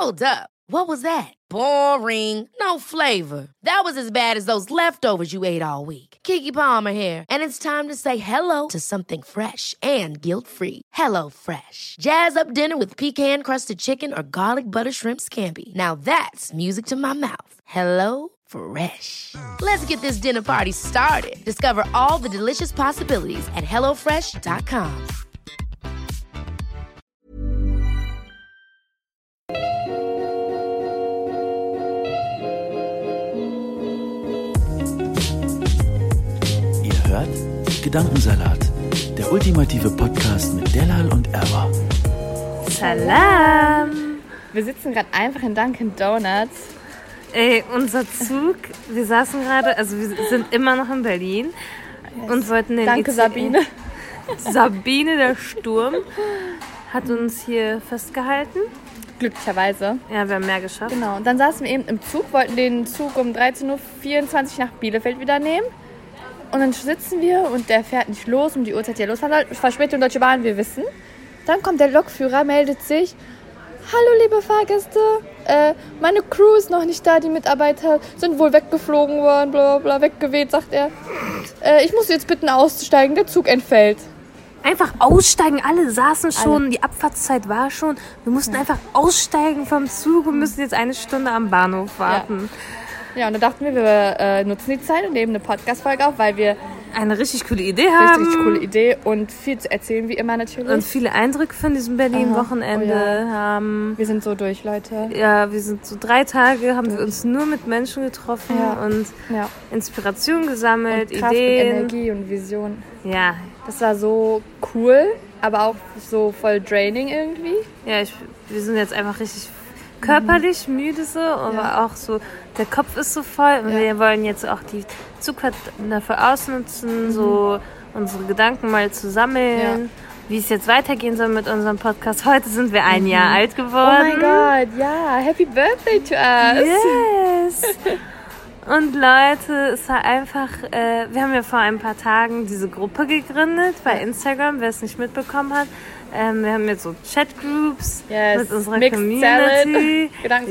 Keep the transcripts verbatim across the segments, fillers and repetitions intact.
Hold up. What was that? Boring. No flavor. That was as bad as those leftovers you ate all week. Keke Palmer here. And it's time to say hello to something fresh and guilt-free. Hello Fresh. Jazz up dinner with pecan-crusted chicken or garlic butter shrimp scampi. Now that's music to my mouth. Hello Fresh. Let's get this dinner party started. Discover all the delicious possibilities at hello fresh dot com. Ihr hört Gedankensalat, der ultimative Podcast mit Delal und Erwa. Salam! Wir sitzen gerade einfach in Dunkin' Donuts. Ey, unser Zug, wir saßen gerade, also wir sind immer noch in Berlin yes. und wollten den Danke, I C E. Sabine. Sabine, der Sturm, hat uns hier festgehalten. Glücklicherweise. Ja, wir haben mehr geschafft. Genau, und dann saßen wir eben im Zug, wollten den Zug um dreizehn Uhr vierundzwanzig nach Bielefeld wieder nehmen. Und dann sitzen wir und der fährt nicht los, um die Uhrzeit hier losfahren. Verspätung Deutsche Bahn, wir wissen. Dann kommt der Lokführer, meldet sich. Hallo liebe Fahrgäste, äh, meine Crew ist noch nicht da, die Mitarbeiter sind wohl weggeflogen worden, bla bla bla, weggeweht, sagt er. Äh, ich muss jetzt bitten auszusteigen, der Zug entfällt. Einfach aussteigen, alle saßen schon, alle. Die Abfahrtszeit war schon. Wir mussten ja. einfach aussteigen vom Zug und müssen jetzt eine Stunde am Bahnhof warten. Ja, ja und dann dachten wir, wir äh, nutzen die Zeit und nehmen eine Podcast-Folge auf, weil wir eine richtig coole Idee haben. Richtig coole Idee und viel zu erzählen, wie immer natürlich. Und viele Eindrücke von diesem Berlin-Wochenende oh ja. haben. Wir sind so durch, Leute. Ja, wir sind so drei Tage, haben durch. wir uns nur mit Menschen getroffen ja. und ja. Inspiration gesammelt, und Kraft Ideen. Und Energie und Vision. Ja. Das war so cool, aber auch so voll draining irgendwie. Ja, ich, wir sind jetzt einfach richtig körperlich mhm. müde so, aber ja. auch so, der Kopf ist so voll und ja. wir wollen jetzt auch die Zugfahrt dafür ausnutzen, mhm. so unsere Gedanken mal zu sammeln, ja. wie es jetzt weitergehen soll mit unserem Podcast. Heute sind wir ein mhm. Jahr alt geworden. Oh mein Gott, ja, happy birthday to us. Yes. Und Leute, es war einfach, äh, wir haben ja vor ein paar Tagen diese Gruppe gegründet bei Instagram, wer es nicht mitbekommen hat. Ähm, wir haben jetzt so Chatgroups yes. mit unserer Mixed Community.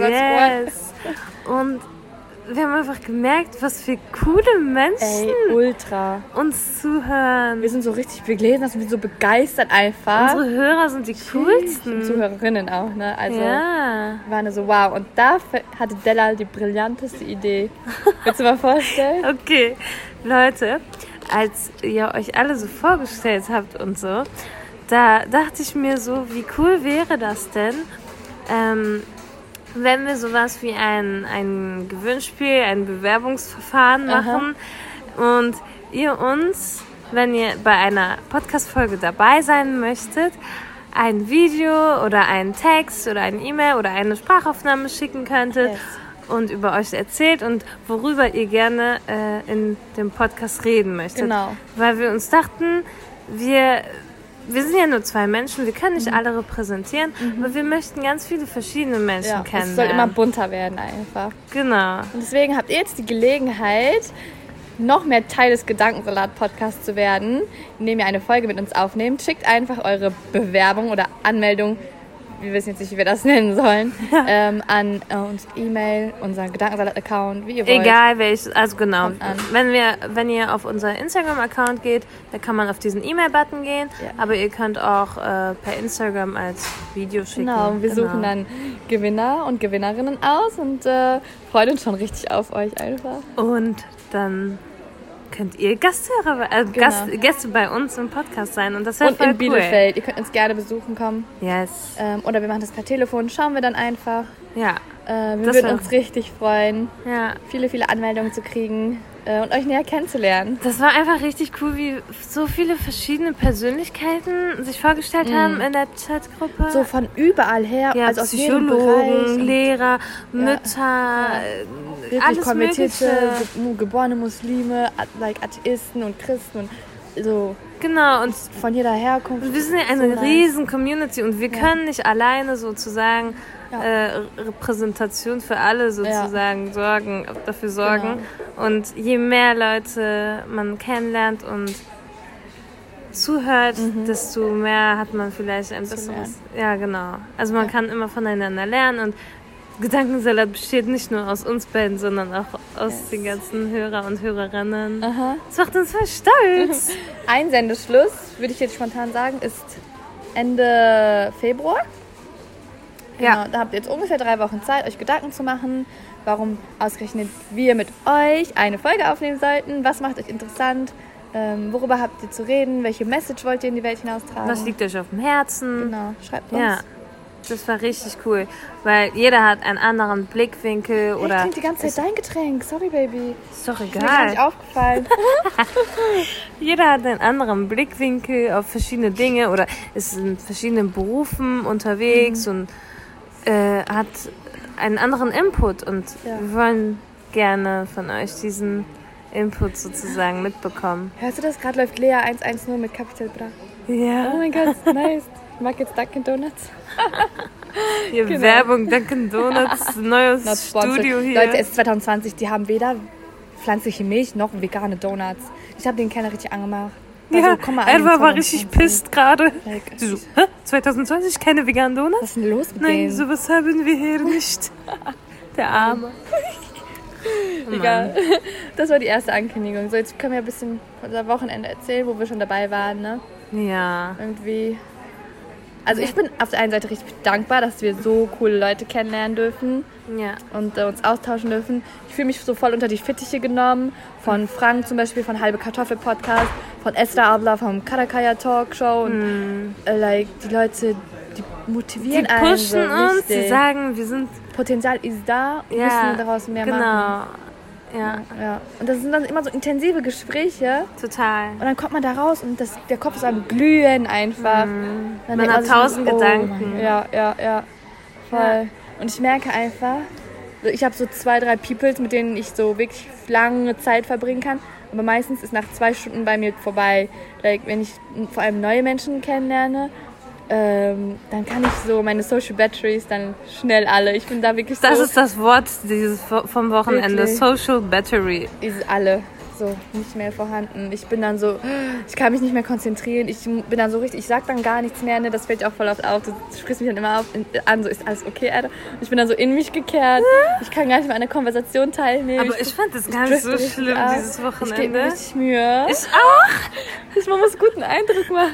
Yes. Und wir haben einfach gemerkt, was für coole Menschen Ey, ultra. uns zuhören. Wir sind so richtig belesen, wir sind so begeistert einfach. Unsere Hörer sind die coolsten. Und Zuhörerinnen auch, ne? Also ja. wir waren so wow. Und da hatte Delal die brillanteste Idee. Willst du mal vorstellen? Okay, Leute, als ihr euch alle so vorgestellt habt und so, da dachte ich mir so, wie cool wäre das denn, ähm, wenn wir sowas wie ein, ein Gewinnspiel, ein Bewerbungsverfahren machen Aha. und ihr uns, wenn ihr bei einer Podcast-Folge dabei sein möchtet, ein Video oder einen Text oder eine E-Mail oder eine Sprachaufnahme schicken könntet yes. und über euch erzählt und worüber ihr gerne äh, in dem Podcast reden möchtet. Genau. Weil wir uns dachten, wir... Wir sind ja nur zwei Menschen, wir können nicht mhm. alle repräsentieren, mhm. aber wir möchten ganz viele verschiedene Menschen ja, kennenlernen. Es soll immer bunter werden einfach. Genau. Und deswegen habt ihr jetzt die Gelegenheit, noch mehr Teil des Gedankensalat-Podcasts zu werden, indem ihr eine Folge mit uns aufnehmt. Schickt einfach eure Bewerbung oder Anmeldung, wir wissen jetzt nicht, wie wir das nennen sollen, ja. ähm, an äh, uns E-Mail, unseren Gedankensalat-Account, wie ihr wollt. Egal welches, also genau. Wenn, wir, wenn ihr auf unseren Instagram-Account geht, da kann man auf diesen E-Mail-Button gehen, ja. aber ihr könnt auch äh, per Instagram als Video schicken. Genau, und wir genau. suchen dann Gewinner und Gewinnerinnen aus und äh, freuen uns schon richtig auf euch einfach. Und dann könnt ihr Gasthörer, äh, genau. Gast, Gäste bei uns im Podcast sein. Und das wäre voll in Bielefeld. Cool. Ihr könnt uns gerne besuchen kommen. Yes. Ähm, oder wir machen das per Telefon. Schauen wir dann einfach. Ja. Äh, wir würden uns richtig freuen, ja. viele, viele Anmeldungen zu kriegen äh, und euch näher kennenzulernen. Das war einfach richtig cool, wie so viele verschiedene Persönlichkeiten sich vorgestellt mm. haben in der Chatgruppe. So von überall her. Ja, also Psychologen, Lehrer, Mütter, ja. Ja. alles konvertierte, Mögliche. geborene Muslime, like Atheisten und Christen und so. Genau, und von jeder Herkunft. Und wir sind ja eine so riesen Community und wir ja. können nicht alleine sozusagen ja. äh, Repräsentation für alle sozusagen ja. sorgen, dafür sorgen. Genau. Und je mehr Leute man kennenlernt und zuhört, mhm. desto mehr hat man vielleicht ein bisschen was. Ja, genau. Also man ja. kann immer voneinander lernen und Gedankensalat besteht nicht nur aus uns beiden, sondern auch aus yes. den ganzen Hörer und Hörerinnen. Aha. Das macht uns voll stolz. Einsendeschluss, würde ich jetzt spontan sagen, ist Ende Februar. Ja. Genau, da habt ihr jetzt ungefähr drei Wochen Zeit, euch Gedanken zu machen, warum ausgerechnet wir mit euch eine Folge aufnehmen sollten. Was macht euch interessant? Ähm, worüber habt ihr zu reden? Welche Message wollt ihr in die Welt hinaustragen? Was liegt euch auf dem Herzen? Genau, schreibt uns. Ja, das war richtig cool, weil jeder hat einen anderen Blickwinkel. Oder ich trinke die ganze Zeit dein Getränk, sorry Baby. Ist doch egal. Ist mir gar nicht aufgefallen. Jeder hat einen anderen Blickwinkel auf verschiedene Dinge oder ist in verschiedenen Berufen unterwegs mhm. und äh, hat einen anderen Input und ja. wir wollen gerne von euch diesen Input sozusagen mitbekommen. Hörst du das? Gerade läuft Lea eins eins null mit Capital Bra. Ja. Oh mein Gott, nice. Ich mag jetzt Dunkin' Donuts. Hier genau. Werbung, Dunkin' Donuts, neues Studio hier. Leute, es ist zwanzig zwanzig, die haben weder pflanzliche Milch noch vegane Donuts. Ich habe den Kenner richtig angemacht. Also, ja, komm mal an, Edward war richtig pisst gerade. So, hä? zwanzig zwanzig keine veganen Donuts? Was ist denn los mit Nein, denen? sowas haben wir hier nicht. Der Arme. Oh egal. Das war die erste Ankündigung. So, jetzt können wir ein bisschen von unser Wochenende erzählen, wo wir schon dabei waren, ne? Ja. Irgendwie. Also ich bin auf der einen Seite richtig dankbar, dass wir so coole Leute kennenlernen dürfen. Ja. Und äh, uns austauschen dürfen. Ich fühle mich so voll unter die Fittiche genommen. Von Frank zum Beispiel, von Halbe Kartoffel Podcast, von Esther Abla vom Karakaya Talkshow. Und mm. äh, like, die Leute, die motivieren die pushen einen so uns, richtig. Die sagen, wir sind... Potenzial ist da, wir ja, müssen daraus mehr genau. machen. Ja. Ja. Und das sind dann immer so intensive Gespräche. Total. Und dann kommt man da raus und das, der Kopf ist am Glühen einfach. Mm. Dann man hat tausend so, Gedanken. Oh, ja, ja, ja. Voll. Ja. Und ich merke einfach, ich habe so zwei, drei Peoples, mit denen ich so wirklich lange Zeit verbringen kann. Aber meistens ist nach zwei Stunden bei mir vorbei. Like, wenn ich vor allem neue Menschen kennenlerne, ähm, dann kann ich so meine Social Batteries dann schnell alle. Ich bin da wirklich so... Das ist das Wort dieses vom Wochenende. Wirklich? Social Battery. Ist alle so nicht mehr vorhanden. Ich bin dann so... Ich kann mich nicht mehr konzentrieren. Ich bin dann so richtig... Ich sag dann gar nichts mehr. Ne? Das fällt auch voll oft auf. Du sprichst mich dann immer auf, an. So, ist alles okay, Alter? Ich bin dann so in mich gekehrt. Ich kann gar nicht mehr an der Konversation teilnehmen. Aber ich, ich fand das gar nicht so schlimm, ab. Dieses Wochenende. Ich gebe mir richtig Mühe. Ich auch. Ich, man muss guten Eindruck machen.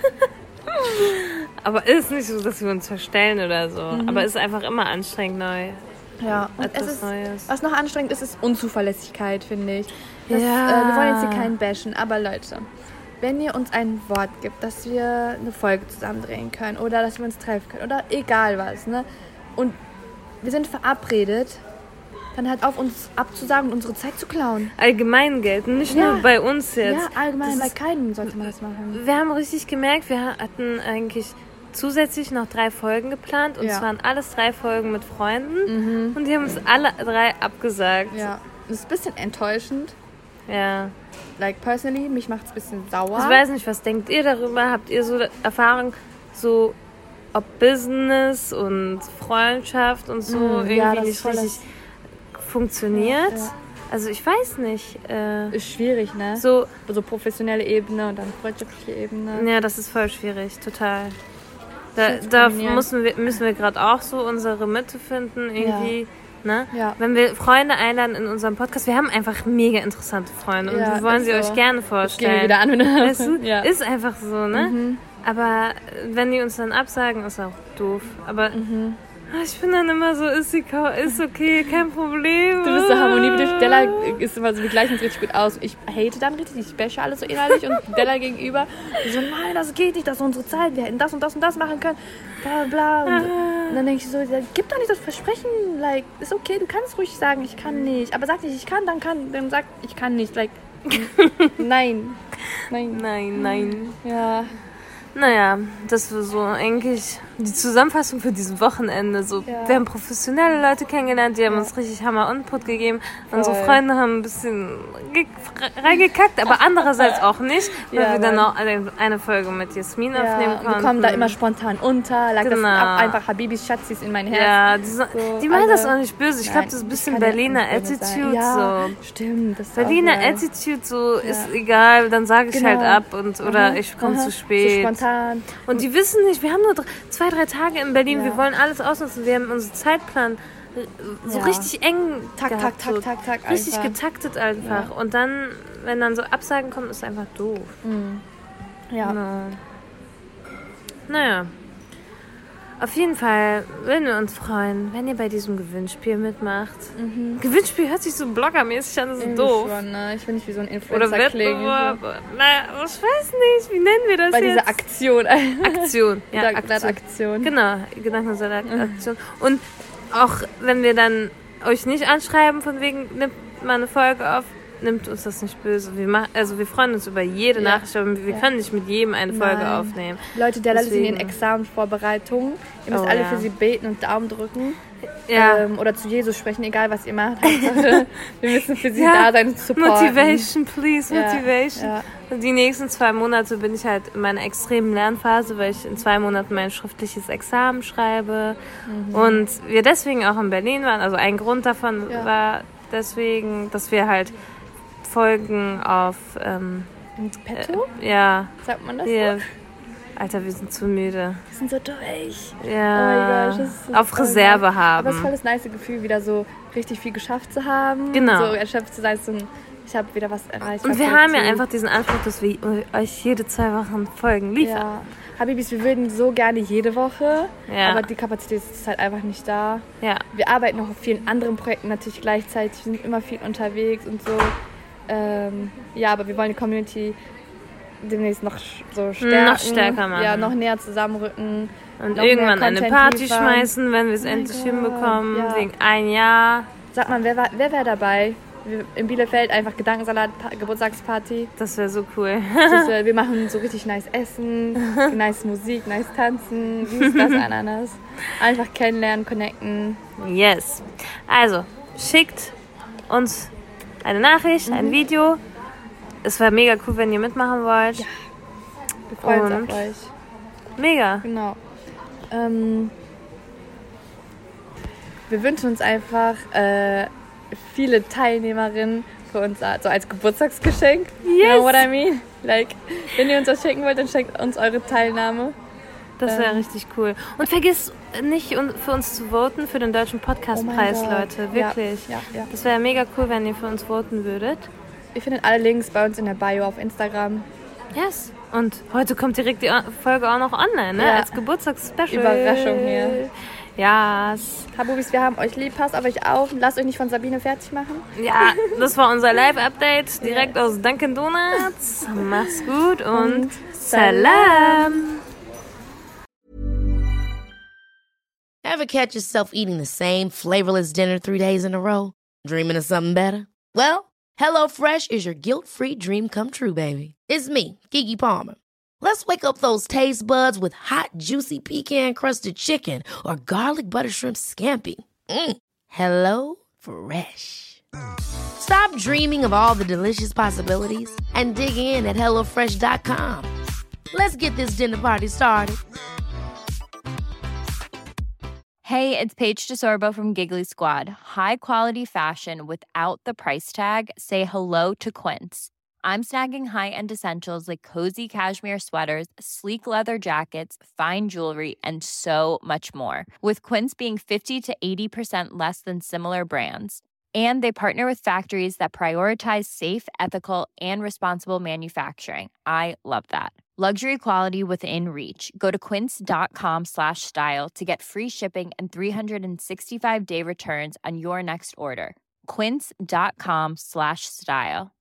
Aber ist nicht so, dass wir uns verstellen oder so. Mhm. Aber es ist einfach immer anstrengend neu. Ja, und etwas es ist, Neues. Was noch anstrengend ist, ist Unzuverlässigkeit, finde ich. Das, ja. äh, wir wollen jetzt hier keinen bashen, aber Leute, wenn ihr uns ein Wort gibt, dass wir eine Folge zusammen drehen können oder dass wir uns treffen können oder egal was, ne? Und wir sind verabredet, dann halt auf uns abzusagen und unsere Zeit zu klauen. Allgemein gelten, nicht ja. nur bei uns jetzt. Ja, allgemein, das bei keinem sollte man das machen. Wir haben richtig gemerkt, wir hatten eigentlich zusätzlich noch drei Folgen geplant und ja. es waren alles drei Folgen mit Freunden mhm. und die haben uns alle drei abgesagt. Ja, das ist ein bisschen enttäuschend. Ja. Like, personally, mich macht es ein bisschen sauer. Ich weiß nicht, was denkt ihr darüber? Habt ihr so Erfahrung, so ob Business und Freundschaft und so mhm, irgendwie ja, nicht richtig funktioniert? Ja, ja. Also ich weiß nicht. Äh, ist schwierig, ne? So, so professionelle Ebene und dann freundschaftliche Ebene. Ja, das ist voll schwierig, total. Da, da müssen wir, müssen wir gerade auch so unsere Mitte finden, irgendwie. Ja. Ne? Ja. Wenn wir Freunde einladen in unserem Podcast, wir haben einfach mega interessante Freunde und ja, wir wollen sie so. euch gerne vorstellen. Wieder an, wenn weißt du? Ja. Ist einfach so, ne? Mhm. Aber wenn die uns dann absagen, ist auch doof. Aber mhm. ich bin dann immer so, ist, sie, ist okay, kein Problem. Du bist so harmoniebedürftig. Della ist immer so, wir gleichen uns richtig gut aus. Ich hate dann richtig, ich bashe alles so innerlich und Della gegenüber so, nein, das geht nicht, das ist unsere Zeit, wir hätten das und das und das machen können, bla bla. Und, und dann denke ich so, gib doch nicht das Versprechen, like, ist okay, du kannst ruhig sagen, ich kann nicht. Aber sag nicht, ich kann, dann kann, dann sag, ich kann nicht, like, nein. Nein. Nein, nein. Ja. Naja, das war so eigentlich die Zusammenfassung für dieses Wochenende. So, ja. Wir haben professionelle Leute kennengelernt, die haben ja. uns richtig Hammer-Input gegeben. Voll. Unsere Freunde haben ein bisschen ge- reingekackt, aber andererseits auch nicht, weil ja, wir dann auch eine, eine Folge mit Jasmin ja, aufnehmen konnten. Wir kommen da immer spontan unter, lag genau. das einfach Habibis Schatzis in mein Herz. Ja, die, so, die meinen das auch nicht böse. Ich glaube, das ist ein bisschen Berliner Attitude. Ja, so. Stimmt. Das Berliner auch, ja. Attitude, so ist egal, dann sage ich genau. halt ab und oder mhm. ich komme zu spät. So spontan. Und die wissen nicht, wir haben nur drei, zwei, drei Tage in Berlin, ja. wir wollen alles ausnutzen, wir haben unseren Zeitplan so Ja. richtig eng Tak, tak, gehabt, tak, so tak, tak, richtig einfach. getaktet einfach. Und dann, wenn dann so Absagen kommen, ist es einfach doof. Ja. No. Naja. Auf jeden Fall würden wir uns freuen, wenn ihr bei diesem Gewinnspiel mitmacht. Mhm. Gewinnspiel hört sich so bloggermäßig an, das ist Irgendwie doof. Schon, ne? Ich will nicht wie so ein Oder Influencer klingen. Wettbewerb. Naja, ich weiß nicht, wie nennen wir das Bei jetzt? dieser Aktion. Aktion. Ja, Aktion. Aktion. Genau, Gedankensalat-Aktion. Und auch wenn wir dann euch nicht anschreiben, von wegen, nimmt mal eine Folge auf, nimmt uns das nicht böse. Wir machen, also wir freuen uns über jede Ja. Nachricht, aber wir Ja. können nicht mit jedem eine Folge Nein. aufnehmen. Leute, der ist in den Deswegen. Examensvorbereitungen. Ihr müsst Oh, alle ja. für sie beten und Daumen drücken. Ja. Ähm, oder zu Jesus sprechen, egal was ihr macht. Hauptsache, wir müssen für sie Ja. da sein und supporten. Motivation, please, Ja, Motivation. ja. Und die nächsten zwei Monate bin ich halt in meiner extremen Lernphase, weil ich in zwei Monaten mein schriftliches Examen schreibe. Mhm. Und wir deswegen auch in Berlin waren. Also ein Grund davon Ja. war deswegen, dass wir halt Folgen auf, ähm, Petto? äh, ja, Sagt man das wir, so? Alter, wir sind zu müde. Wir sind so durch. Ja, Oh mein Gott, das ist so auf voll Reserve geil. haben. Aber es ist voll das nice Gefühl, wieder so richtig viel geschafft zu haben. Genau. So erschöpft zu sein, so ein, ich habe wieder was erreicht. Und was wir dazu. haben ja einfach diesen Anspruch, dass wir euch jede zwei Wochen Folgen liefern. Ja. Habibis, wir würden so gerne jede Woche, Ja. aber die Kapazität ist halt einfach nicht da. Ja. Wir arbeiten noch auf vielen anderen Projekten natürlich gleichzeitig, wir sind immer viel unterwegs und so. Ähm, ja, aber wir wollen die Community demnächst noch sch- so stärken. Noch stärker machen. Ja, noch näher zusammenrücken. Und noch irgendwann mehr eine Content Party liefern. schmeißen, wenn wir es Oh mein endlich Gott, hinbekommen. ja. Wegen ein Jahr. Sag mal, wer, war- wer wäre dabei? Wir, in Bielefeld einfach Gedankensalat, Pa- Geburtstagsparty. Das wäre so cool. Das, äh, wir machen so richtig nice Essen, nice Musik, nice Tanzen, dies, das, Ananas. Einfach kennenlernen, connecten. Yes. Also, schickt uns eine Nachricht, ein Video. Es wäre mega cool, wenn ihr mitmachen wollt. Wir freuen uns Und? auf euch. Mega. Genau. Ähm, wir wünschen uns einfach äh, viele Teilnehmerinnen für uns, so als Geburtstagsgeschenk. You know what I mean? Like, wenn ihr uns was schenken wollt, dann schenkt uns eure Teilnahme. Das wäre Ähm. richtig cool. Und vergiss nicht, un- für uns zu voten, für den Deutschen Podcastpreis, Oh mein Gott. Leute. Wirklich. Ja, ja, ja. Das wäre mega cool, wenn ihr für uns voten würdet. Ihr findet alle Links bei uns in der Bio auf Instagram. Yes. Und heute kommt direkt die Folge auch noch online, ne? Ja. Als Geburtstagsspecial. Überraschung hier. Yes. Habubis, wir haben euch lieb, passt auf euch auf. Lasst euch nicht von Sabine fertig machen. Ja, das war unser Live-Update direkt aus Dunkin' Donuts. Mach's gut und, Und Salam. Ever catch yourself eating the same flavorless dinner three days in a row? Dreaming of something better? Well, HelloFresh is your guilt-free dream come true, baby. It's me, Keke Palmer. Let's wake up those taste buds with hot, juicy pecan-crusted chicken or garlic butter shrimp scampi. Mm. Hello Fresh. Stop dreaming of all the delicious possibilities and dig in at hello fresh dot com. Let's get this dinner party started. Hey, it's Paige DeSorbo from Giggly Squad. High quality fashion without the price tag. Say hello to Quince. I'm snagging high-end essentials like cozy cashmere sweaters, sleek leather jackets, fine jewelry, and so much more. With Quince being fifty to eighty percent less than similar brands. And they partner with factories that prioritize safe, ethical, and responsible manufacturing. I love that. Luxury quality within reach. Go to quince.com slash style to get free shipping and three sixty-five day returns on your next order. Quince.com slash style.